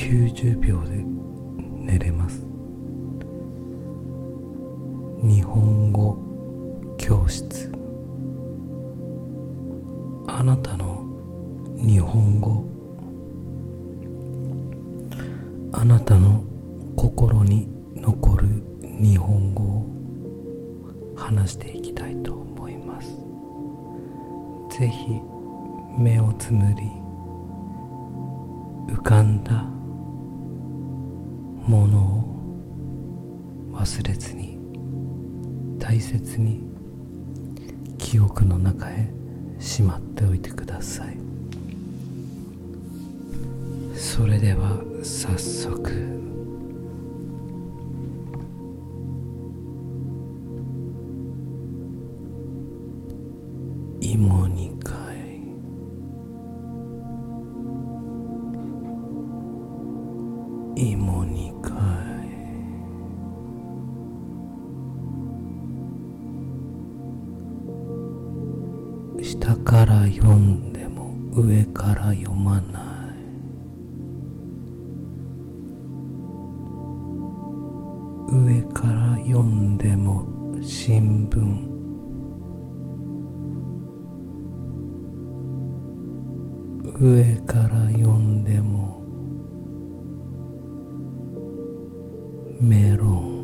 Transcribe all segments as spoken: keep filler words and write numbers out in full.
きゅうじゅうびょうで寝れます。日本語教室。あなたの日本語、あなたの心に残る日本語を話していきたいと思います。ぜひ目をつむり、浮かんだものを忘れずに大切に記憶の中へしまっておいてください。それでは早速芋煮会。芋煮会。下から読んでも上から読まない。上から読んでも新聞。上から読んでもメロン。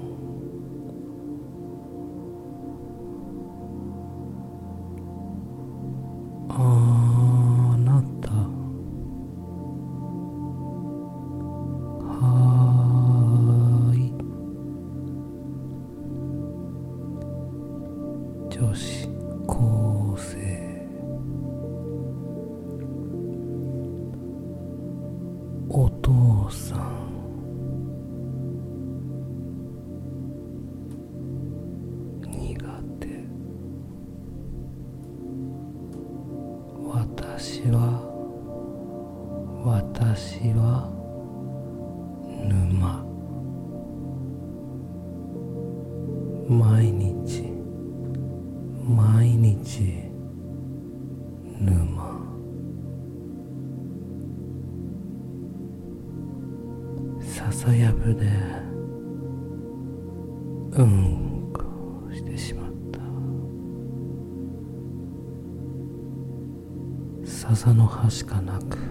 あなた、はーい、女子高生。お父さん、苦手。私は私は沼。毎日毎日沼。笹やぶでうんこしてしまった。笹の葉しかなく、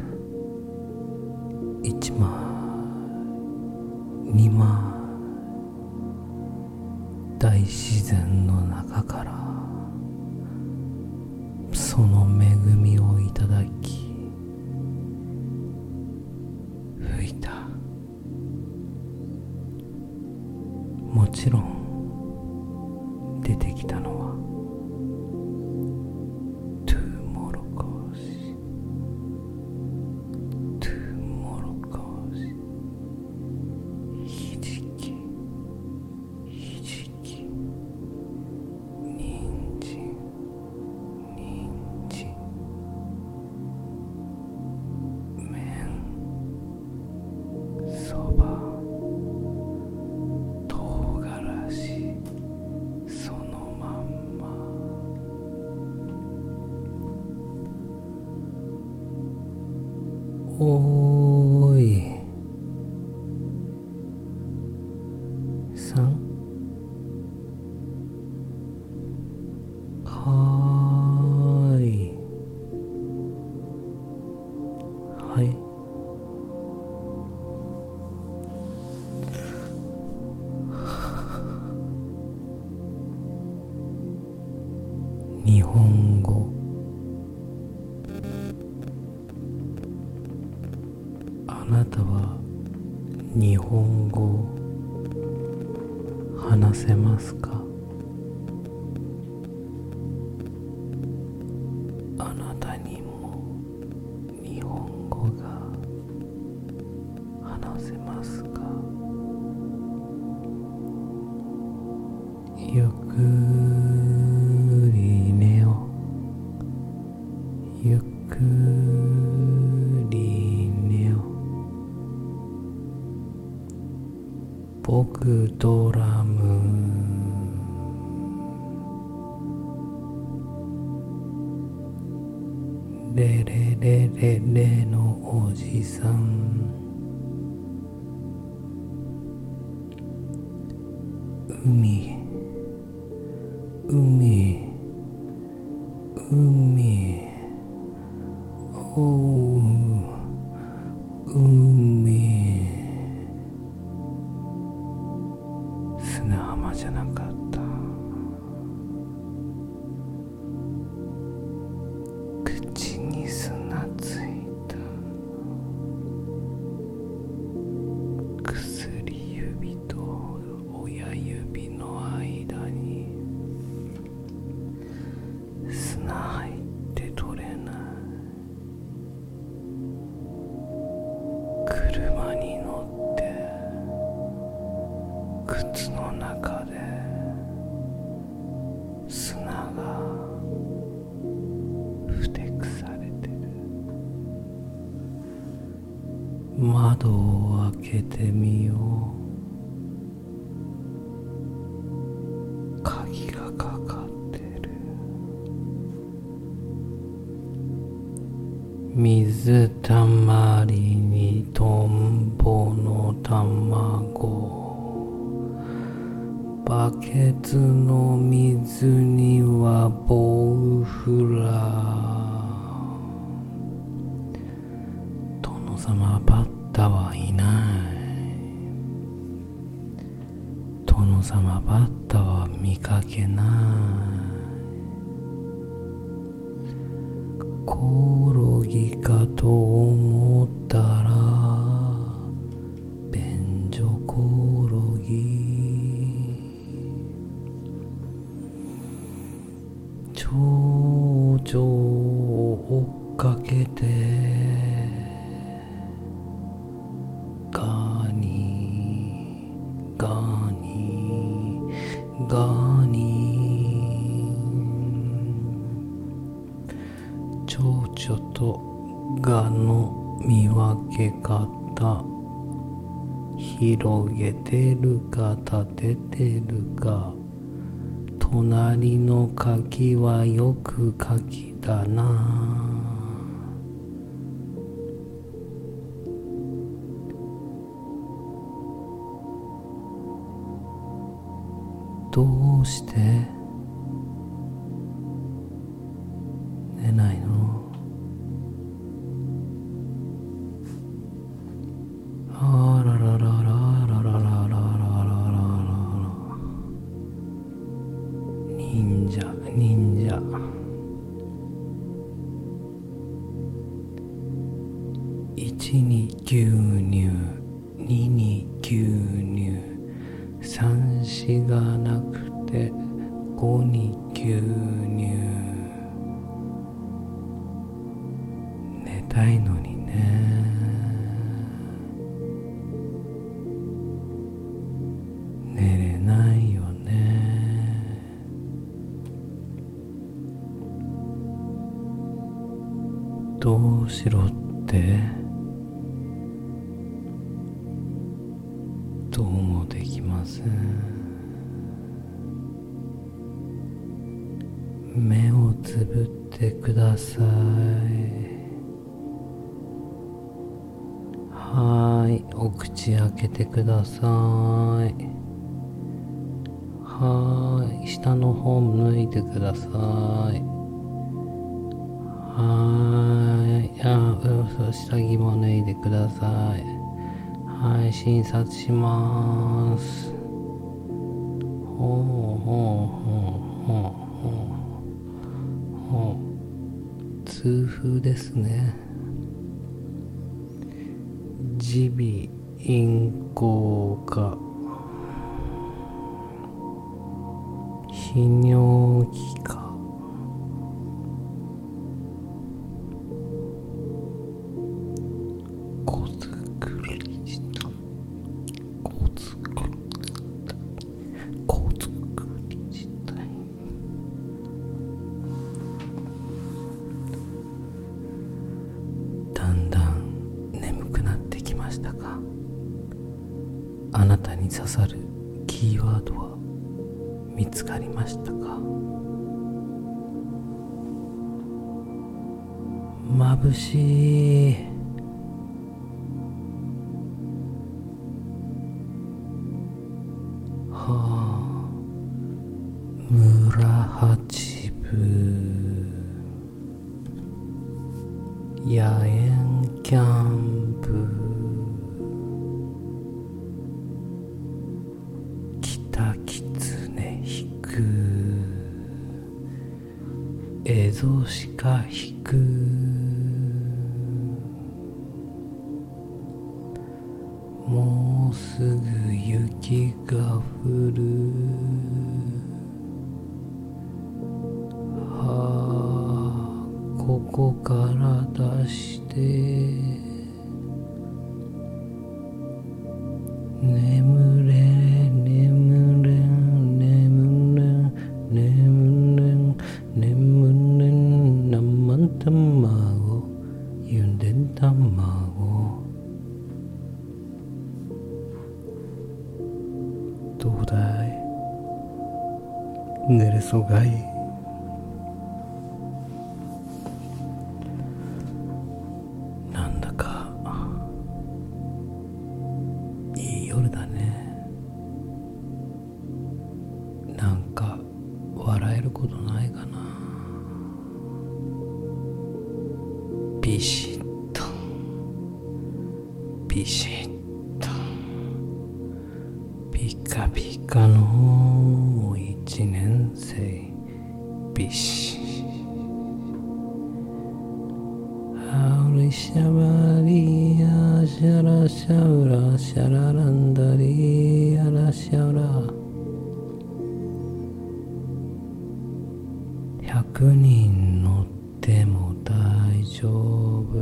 一枚二枚大自然の中からその恵みをいただき、吹いた。もちろん出てきたのはトウモロコシ。トウモロコシ。ひじき。ひじき。にんじん。にんじん。麺。そば。唐辛子。そのまんま。おーいさん、はーい、はい。日本語。あなたは日本語を話せますか？あなたにも日本語が話せますか？ゆっくり寝よ。ゆっくり寝よ。僕ドラム。レレレレレのおじさん。 海海海おう海砂浜じゃなかった。口に砂ついた。薬指と親指の間に砂入って取れない。車に乗って靴の中で砂がふてくされてる。窓を開けてみよう。鍵がかかってる。水たまりにトンボの卵。バケツの水にはボウフラ。殿様バッタはいない。殿様バッタは見かけない。コオロギかと思ったら便所コオロギ。蝶々を追っかけてガニガニガニ。蝶々とガの見分け方。広げてるか立ててるか。隣の柿はよく柿だな。どうして寝ないの？あらららららららららら。忍者忍者。いちに牛乳、にに牛乳、さんしがなくてごに牛乳。寝たいのにね。寝れないよね。どうしろって？どうもできません。目をつぶってください。はーい、お口開けてください。はーい、下の方脱いでください。はーい、あ、う下着も脱いでください。はい、診察します。ほうほうほうほうほうほう。痛風ですね。耳鼻咽喉科。泌尿器科。小作りした小作小作りしたい。だんだん眠くなってきましたか？あなたに刺さるキーワードは見つかりましたか？眩しい。はあ。 村八分野猿キャンプ北キツネ引くエゾシカ引くもうすぐ雪が降るはあここから出して眠れ眠れ眠れ眠れ眠れ生卵ゆで卵どうだい寝れそうがいなんだかいい夜だね。なんか笑えることないかな。ビシッとビシッとピカピカの一年生ビシハウリシャバリアシャラシャウラシャラランダリアラシャウラ百人乗っても大丈夫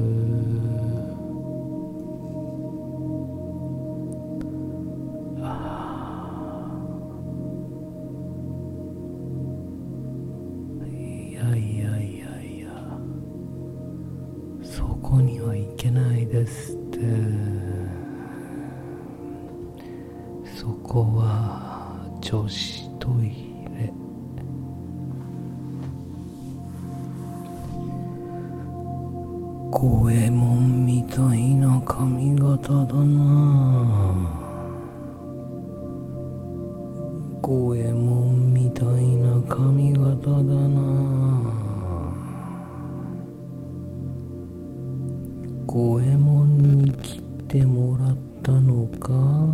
いやいやいやいやそこには行けないですってそこは女子トイレ五右衛門みたいな髪型だな五右衛門みたいな髪型だな五右衛門に切ってもらったのか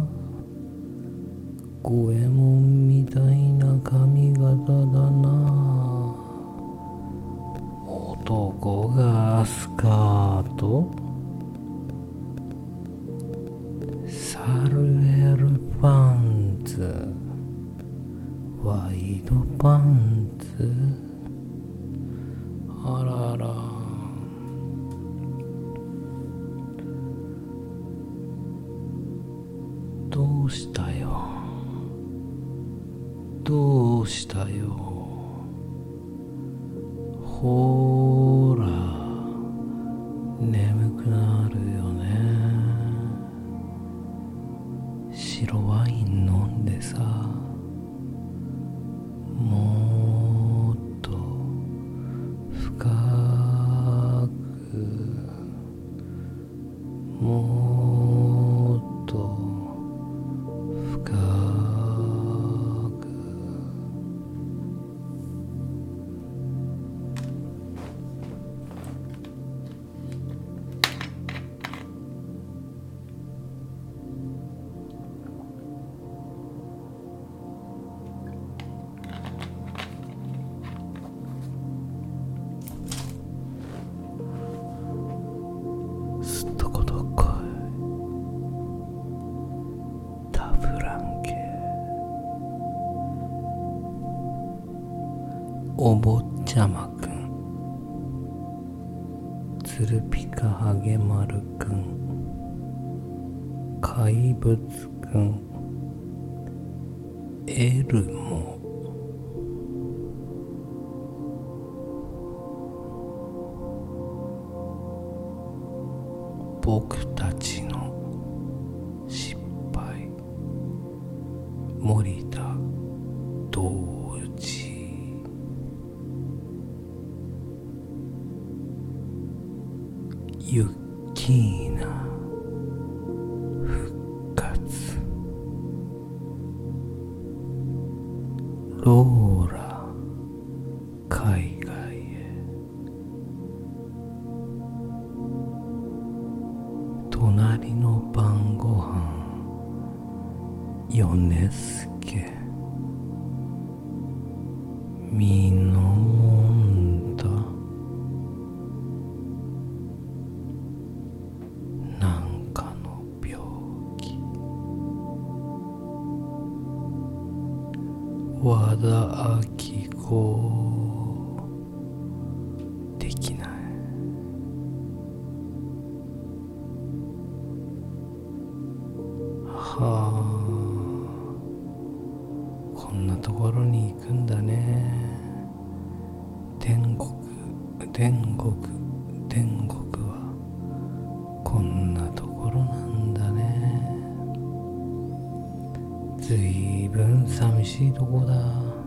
五右衛門みたいな髪型だな男がスカートサルエルパンツワイドパンツあららどうしたよどうしたよほーら眠くなるよね白ワイン飲んでさもっと深くもっと深くすっとこどっこいタフランケお坊ちゃまくんツルピカハゲマルくん怪物くんエルモ僕たちの失敗森田童子ユッキーナ復活ローラ米助みのもんだなんかの病気和田アキ子できないはあこんなところに行くんだね天国天国天国はこんなところなんだねずいぶん寂しいとこだ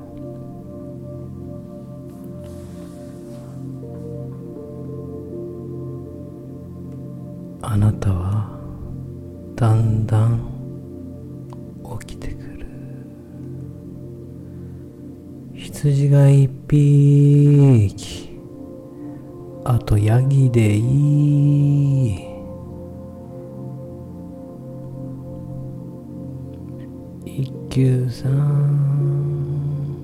あなたはだんだん起きてくる羊が一匹あとヤギでいい一休さん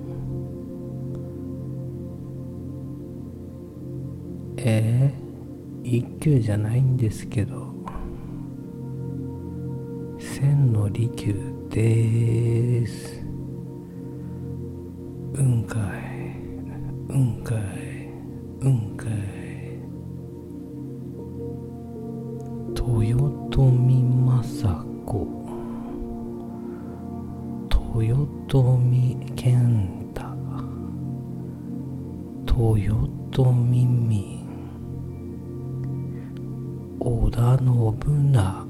えー、一休じゃないんですけど千の利休でーすうんかいうんかいうんかい豊臣政子豊臣健太豊臣民織田信長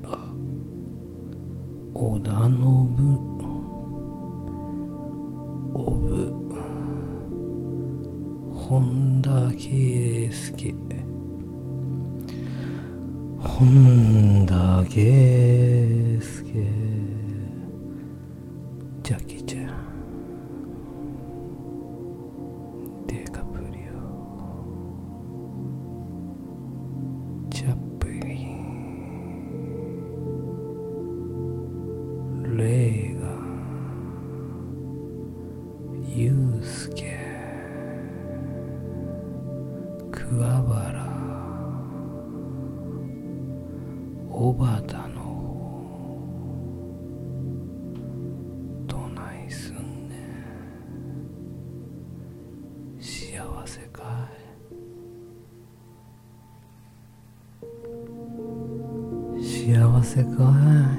織田信おぶ本田圭佑本田圭佑ジャッキーちゃんデカプリオチャップリンレイガユウスケ桑原小畑のどないすんねん幸せかい幸せか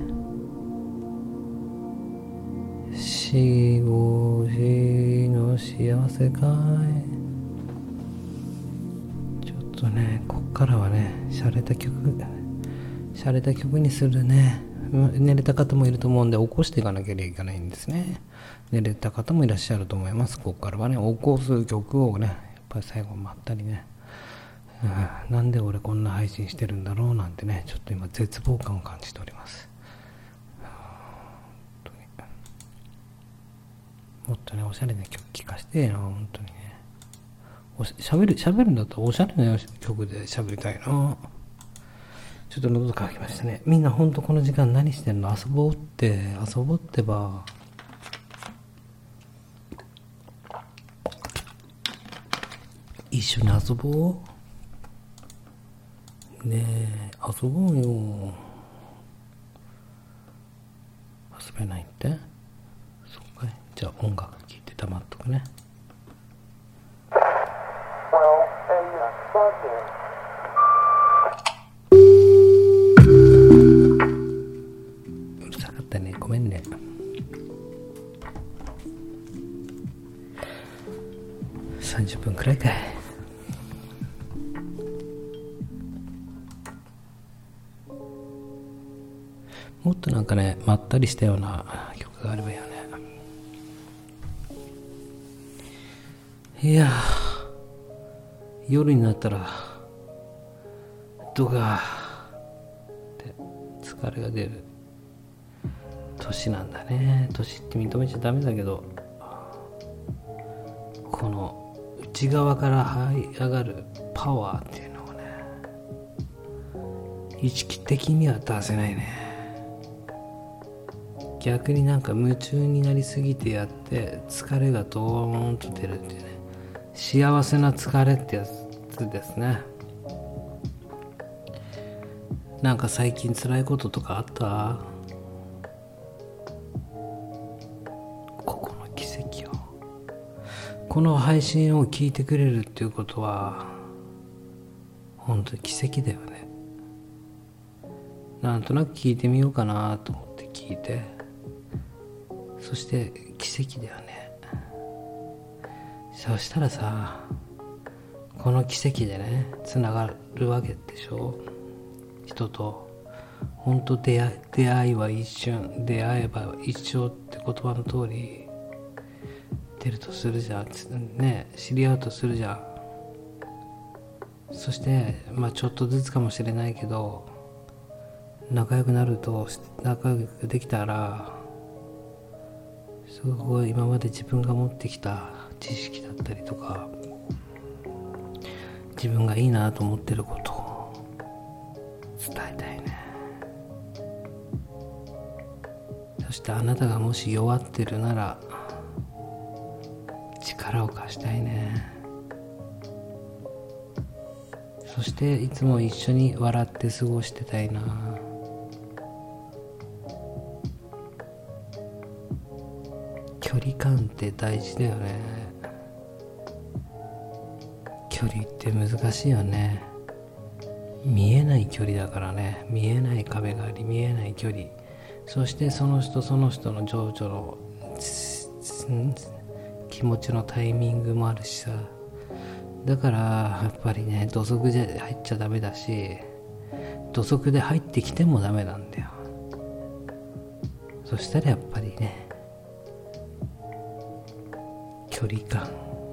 いしごしの幸せかいちょっとねこっからはね洒落た曲洒落た曲にするね寝れた方もいると思うんで起こしていかなきゃいけないんですね寝れた方もいらっしゃると思いますこっからはね起こす曲をねやっぱり最後まったりね、うん、なんで俺こんな配信してるんだろうなんてねちょっと今絶望感を感じておりますもっとねおしゃれな曲聴かせてえな本当にねおしゃべるしゃべるんだったらおしゃれな曲でしゃべりたいなちょっと喉乾きましたねみんなほんとこの時間何してんの遊ぼうって遊ぼうってば一緒に遊ぼうねえ遊ぼうよ遊べないってそうかいじゃあ音楽聴いて黙っとくねうるさかったねごめんねさんじゅっぷんくらいかいもっとなんかねまったりしたような曲があればいいよねいや夜になったらドガーって疲れが出る年なんだね年って認めちゃダメだけどこの内側から這い上がるパワーっていうのをね意識的には出せないね逆になんか夢中になりすぎてやって疲れがドーンと出るっていうね、幸せな疲れってやつですね。なんか最近辛いこととかあった？ここの奇跡を、この配信を聞いてくれるっていうことは本当に奇跡だよね。なんとなく聞いてみようかなと思って聞いて、そして奇跡だよね。そしたらさ、この奇跡でねつながるわけでしょ、人と。本当出会い、出会いは一瞬、出会えば一生って言葉の通り出るとするじゃんね、知り合うとするじゃん。そしてまあちょっとずつかもしれないけど仲良くなると、仲良くできたらすごい今まで自分が持ってきた知識だったりとか、自分がいいなと思ってることを伝えたいね。そしてあなたがもし弱ってるなら力を貸したいね。そしていつも一緒に笑って過ごしてたいな。距離感って大事だよね。距離って難しいよね。見えない距離だからね。見えない壁があり、見えない距離。そしてその人その人の情緒の気持ちのタイミングもあるしさ。だからやっぱりね、土足で入っちゃダメだし、土足で入ってきてもダメなんだよ。そしたらやっぱりね、距離感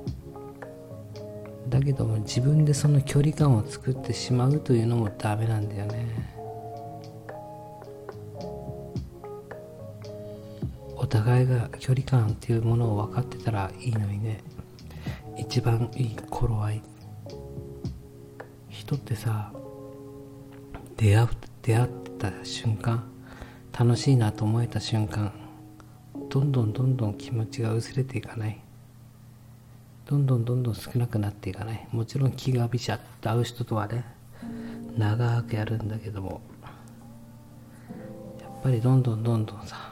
だけども、自分でその距離感を作ってしまうというのもダメなんだよね。お互いが距離感っていうものを分かってたらいいのにね。一番いい頃合い、人ってさ、出会う出会った瞬間、楽しいなと思えた瞬間、どんどんどんどん気持ちが薄れていかない？どんどんどんどん少なくなっていかない？もちろん気がびしゃっと合う人とはね、長くやるんだけども、やっぱりどんどんどんどんさ、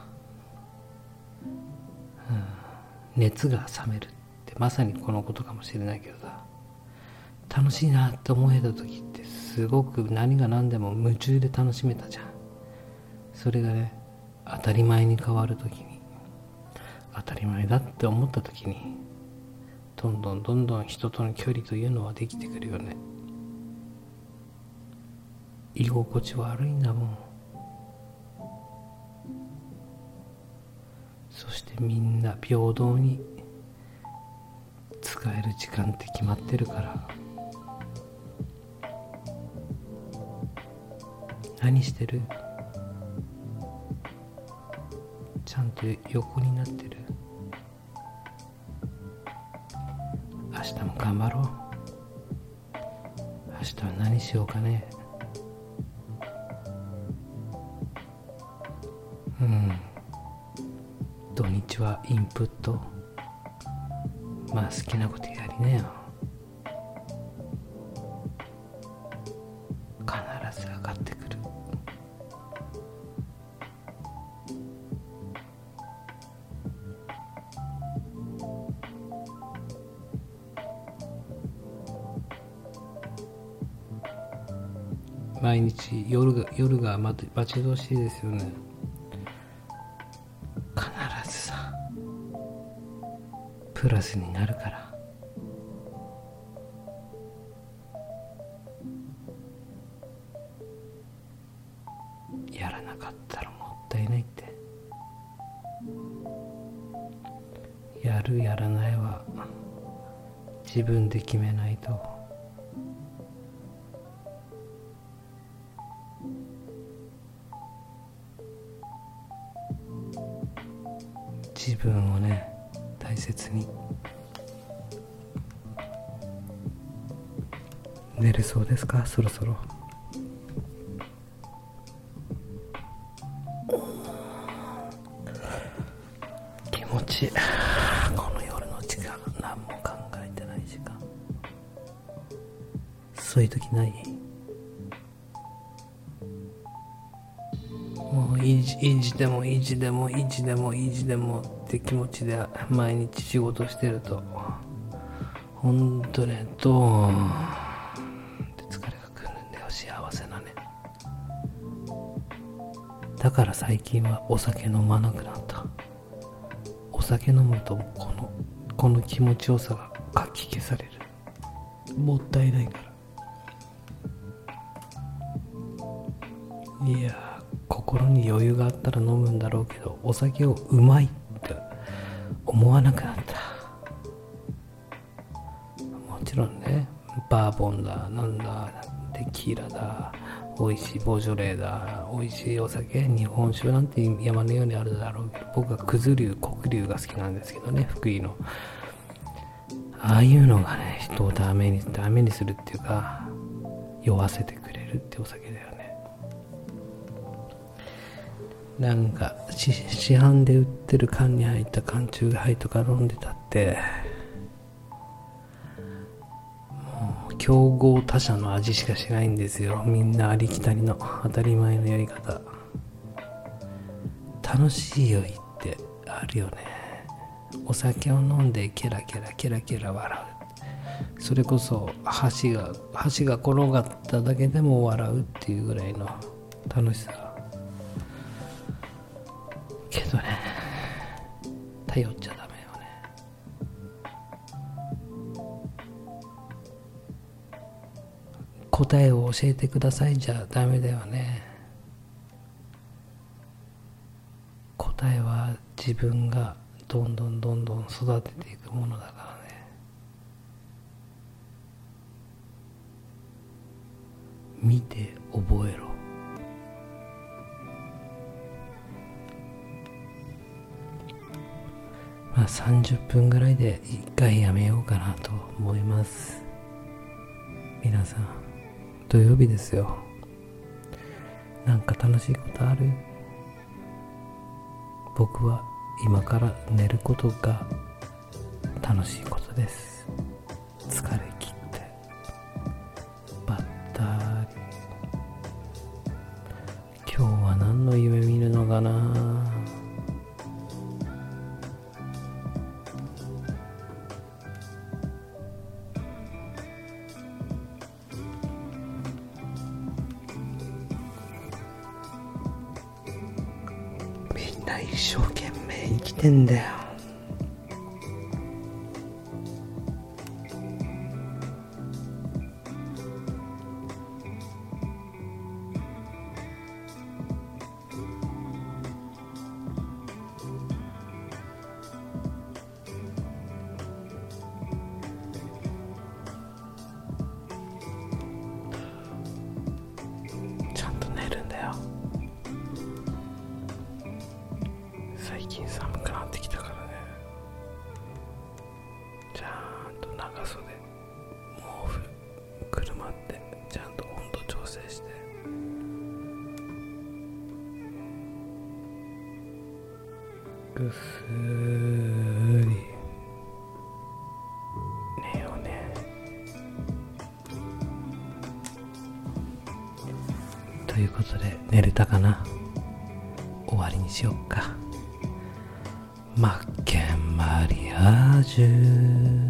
うん、熱が冷めるってまさにこのことかもしれないけどさ、楽しいなって思えた時ってすごく何が何でも夢中で楽しめたじゃん。それがね、当たり前に変わる時に、当たり前だって思った時に、どんどんどんどん人との距離というのはできてくるよね。居心地悪いんだもん。そしてみんな平等に使える時間って決まってるから。何してる？ちゃんと横になってる？明日も頑張ろう。明日は何しようかね。うん。土日はインプット。まあ好きなことやりなよ。必ず上がってくる。毎日夜が夜が待ち遠しいですよね。必ずさ、プラスになるから。やらなかったらもったいないって。やるやらないは自分で決めないと。自分をね、大切に。寝れそうですか？そろそろ。 そういう時ない？もういいじいいじでもいいじでもいいじでもいいじでもって気持ちで毎日仕事してると、ほんとね、ドーンって疲れがくるんだよ。幸せなね。だから最近はお酒飲まなくなった。お酒飲むとこのこの気持ちよさがかき消される。もったいないから。いやー、心に余裕があったら飲むんだろうけど、お酒をうまいって思わなくなった。もちろんね、バーボンだなんだテキーラだ美味しいボジョレーだ美味しいお酒、日本酒なんて山のようにあるだろうけど、僕は九頭龍黒龍が好きなんですけどね、福井のああいうのがね、人をダメにダメにするっていうか酔わせてくれるってお酒だよね。なんか市販で売ってる缶に入った缶チューハイとか飲んでたって、もう競合他社の味しかしないんですよ。みんなありきたりの当たり前のやり方。楽しい酔いってあるよね。お酒を飲んでケラケラケラケラ笑う、それこそ箸が箸が転がっただけでも笑うっていうぐらいの楽しさけどね、頼っちゃダメよね。答えを教えてくださいじゃダメだよね。答えは自分がどんどんどんどん育てていくものだからね。見て覚えろ。まあさんじゅっぷんぐらいで一回やめようかなと思います。皆さん土曜日ですよ。なんか楽しいことある？僕は今から寝ることが楽しいことです。疲れ切ってばったり。今日は何の夢見るのかな。みんな一生懸命生きてんだよ。ちゃんと寝るんだよ。最近寒くなってきたからね。ちゃんと長袖、毛布くるまってちゃんと温度調整して、ぐっすーり寝ようね。ということで寝れたかな。終わりにしよっか。マッケンマリアージュ。